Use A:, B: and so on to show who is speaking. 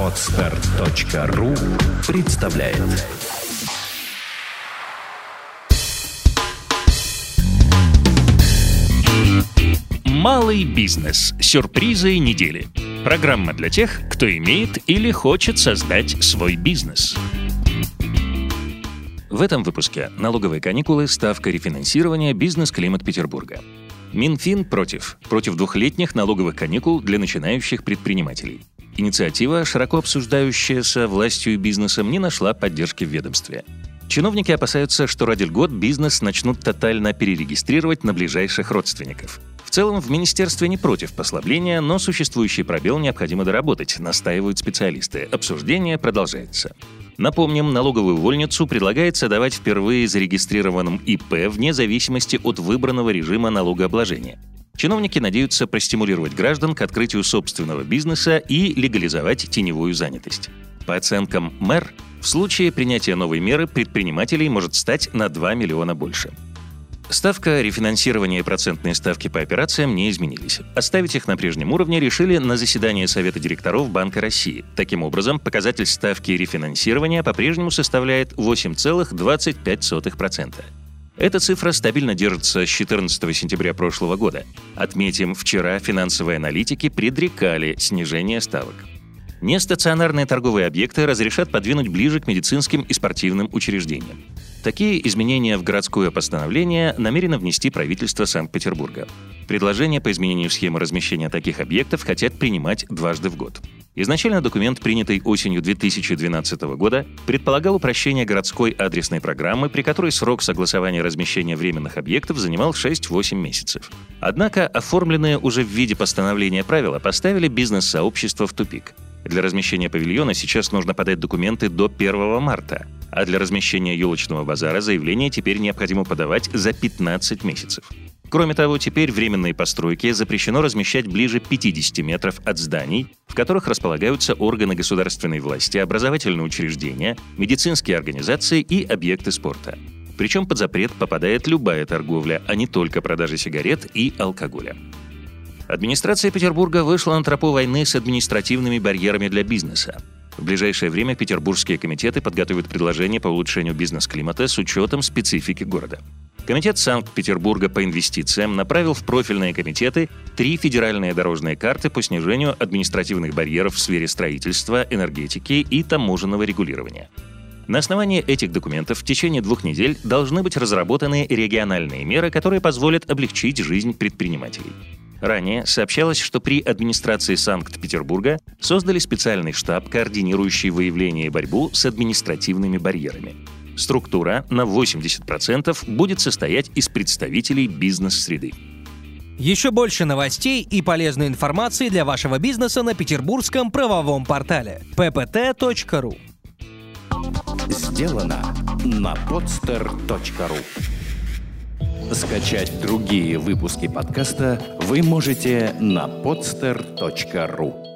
A: Podster.ru представляет.
B: Малый бизнес. Сюрпризы недели. Программа для тех, кто имеет или хочет создать свой бизнес. В этом выпуске налоговые каникулы, ставка рефинансирования, бизнес-климат Петербурга. Минфин против двухлетних налоговых каникул для начинающих предпринимателей. Инициатива, широко обсуждающаяся властью и бизнесом, не нашла поддержки в ведомстве. Чиновники опасаются, что ради льгот бизнес начнут тотально перерегистрировать на ближайших родственников. В целом, в министерстве не против послабления, но существующий пробел необходимо доработать, настаивают специалисты. Обсуждение продолжается. Напомним, налоговую вольницу предлагается давать впервые зарегистрированным ИП вне зависимости от выбранного режима налогообложения. Чиновники надеются простимулировать граждан к открытию собственного бизнеса и легализовать теневую занятость. По оценкам МЭР, в случае принятия новой меры предпринимателей может стать на 2 миллиона больше. Ставка рефинансирования и процентные ставки по операциям не изменились. Оставить их на прежнем уровне решили на заседании Совета директоров Банка России. Таким образом, показатель ставки рефинансирования по-прежнему составляет 8,25%. Эта цифра стабильно держится с 14 сентября прошлого года. Отметим, вчера финансовые аналитики предрекали снижение ставок. Нестационарные торговые объекты разрешат подвинуть ближе к медицинским и спортивным учреждениям. Такие изменения в городское постановление намерено внести правительство Санкт-Петербурга. Предложения по изменению схемы размещения таких объектов хотят принимать дважды в год. Изначально документ, принятый осенью 2012 года, предполагал упрощение городской адресной программы, при которой срок согласования размещения временных объектов занимал 6-8 месяцев. Однако оформленные уже в виде постановления правила поставили бизнес-сообщество в тупик. Для размещения павильона сейчас нужно подать документы до 1 марта, а для размещения елочного базара заявление теперь необходимо подавать за 15 месяцев. Кроме того, теперь временные постройки запрещено размещать ближе 50 метров от зданий, в которых располагаются органы государственной власти, образовательные учреждения, медицинские организации и объекты спорта. Причем под запрет попадает любая торговля, а не только продажа сигарет и алкоголя. Администрация Петербурга вышла на тропу войны с административными барьерами для бизнеса. В ближайшее время петербургские комитеты подготовят предложения по улучшению бизнес-климата с учетом специфики города. Комитет Санкт-Петербурга по инвестициям направил в профильные комитеты 3 федеральные дорожные карты по снижению административных барьеров в сфере строительства, энергетики и таможенного регулирования. На основании этих документов в течение 2 недель должны быть разработаны региональные меры, которые позволят облегчить жизнь предпринимателей. Ранее сообщалось, что при администрации Санкт-Петербурга создали специальный штаб, координирующий выявление и борьбу с административными барьерами. Структура на 80% будет состоять из представителей бизнес-среды.
C: Еще больше новостей и полезной информации для вашего бизнеса на петербургском правовом портале ppt.ru.
A: Сделано на Podster.ru. Скачать другие выпуски подкаста вы можете на Podster.ru.